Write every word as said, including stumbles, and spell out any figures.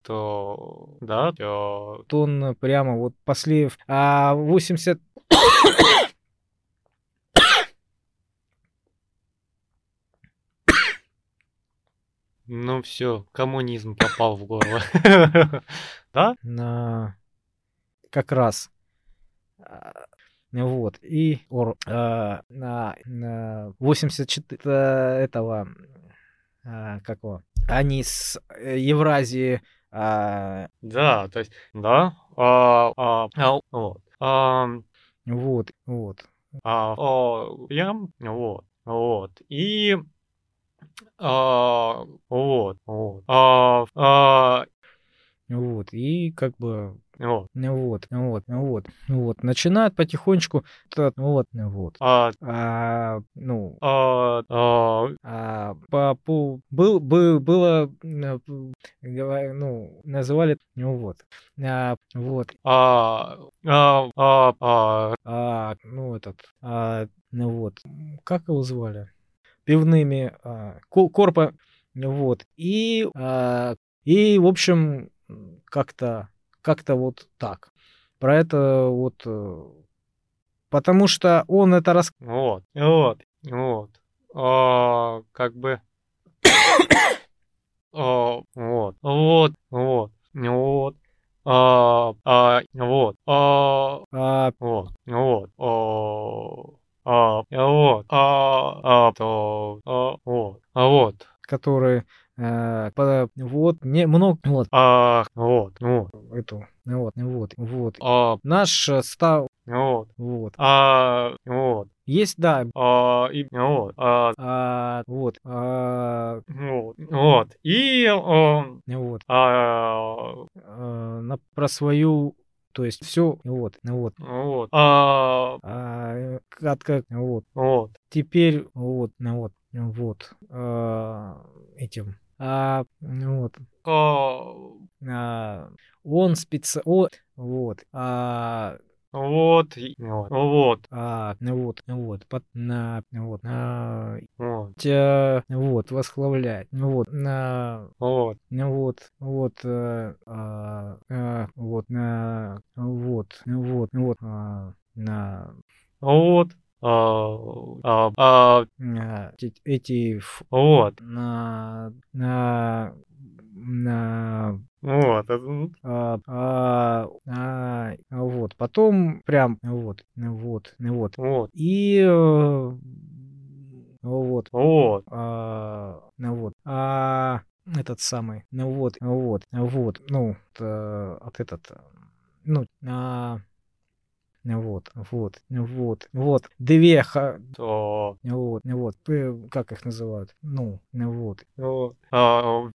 То, да, то... Он прямо вот после... А восемьдесят... Ну все, коммунизм попал в горло. Да? На... Как раз. А, Вот. И Ор... а, на, на восемьдесят четыре этого... а, как его? Они с э, Евразии... а, Да, то есть, да, а, а, а, вот, ам, вот, вот. а, о, прям, вот, вот, и, а, вот, вот, а, а, Вот. И как бы... вот, Ну вот, ну вот, ну вот, ну вот. Начинают потихонечку... т- Вот, ну вот. а, А, ну, а, а, а, по, по, был, был, было, м, п- гова- ну, называли, ну вот, а, вот, а, а, а, а, а, ну этот, а, ну вот, м, как его звали? Пивными, а, ко- корпа, ну вот, и, а, и, в общем, м, как-то, как-то вот так. Про это вот, э, потому что он это рас... вот, вот, вот, а, как бы, а, вот, вот, вот, вот, а, а, вот, а, а, вот, вот, о, а, вот, а, а, то, а, вот, а, вот, который, э, по вот, не много вот а, вот, вот, эту, вот, вот, вот. а, Наш, э, стал вот, вот. а, вот, Есть, да, а, и вот, а, а, вот, а, вот, вот, и, он, вот, а, э, на про свою, то есть все вот, вот. вот, а, А, э, от как вот. вот, Теперь вот, ну вот, вот, а, этим, а, ну вот, а, а, он спеца о вот, а вот, и вот, вот, А, ну вот, ну вот, пот на вот, на вот, тя вот, восхвалять, ну вот, на вот, ну вот, вот, э, а, а, вот, на вот, ну вот, ну вот, а, на вот, а, а, а, на те эти ф вот, на на на вот, это, м, а, а, а, вот, потом прям вот, ну вот, ну вот. вот, И, э, вот, вот, а, ну вот, а, этот самый, ну вот, вот, вот, ну, т от этот, э, ну, а, вот, вот, вот, вот, две ха то, вот, вот, п как их называют? Ну, ну вот. вот, а,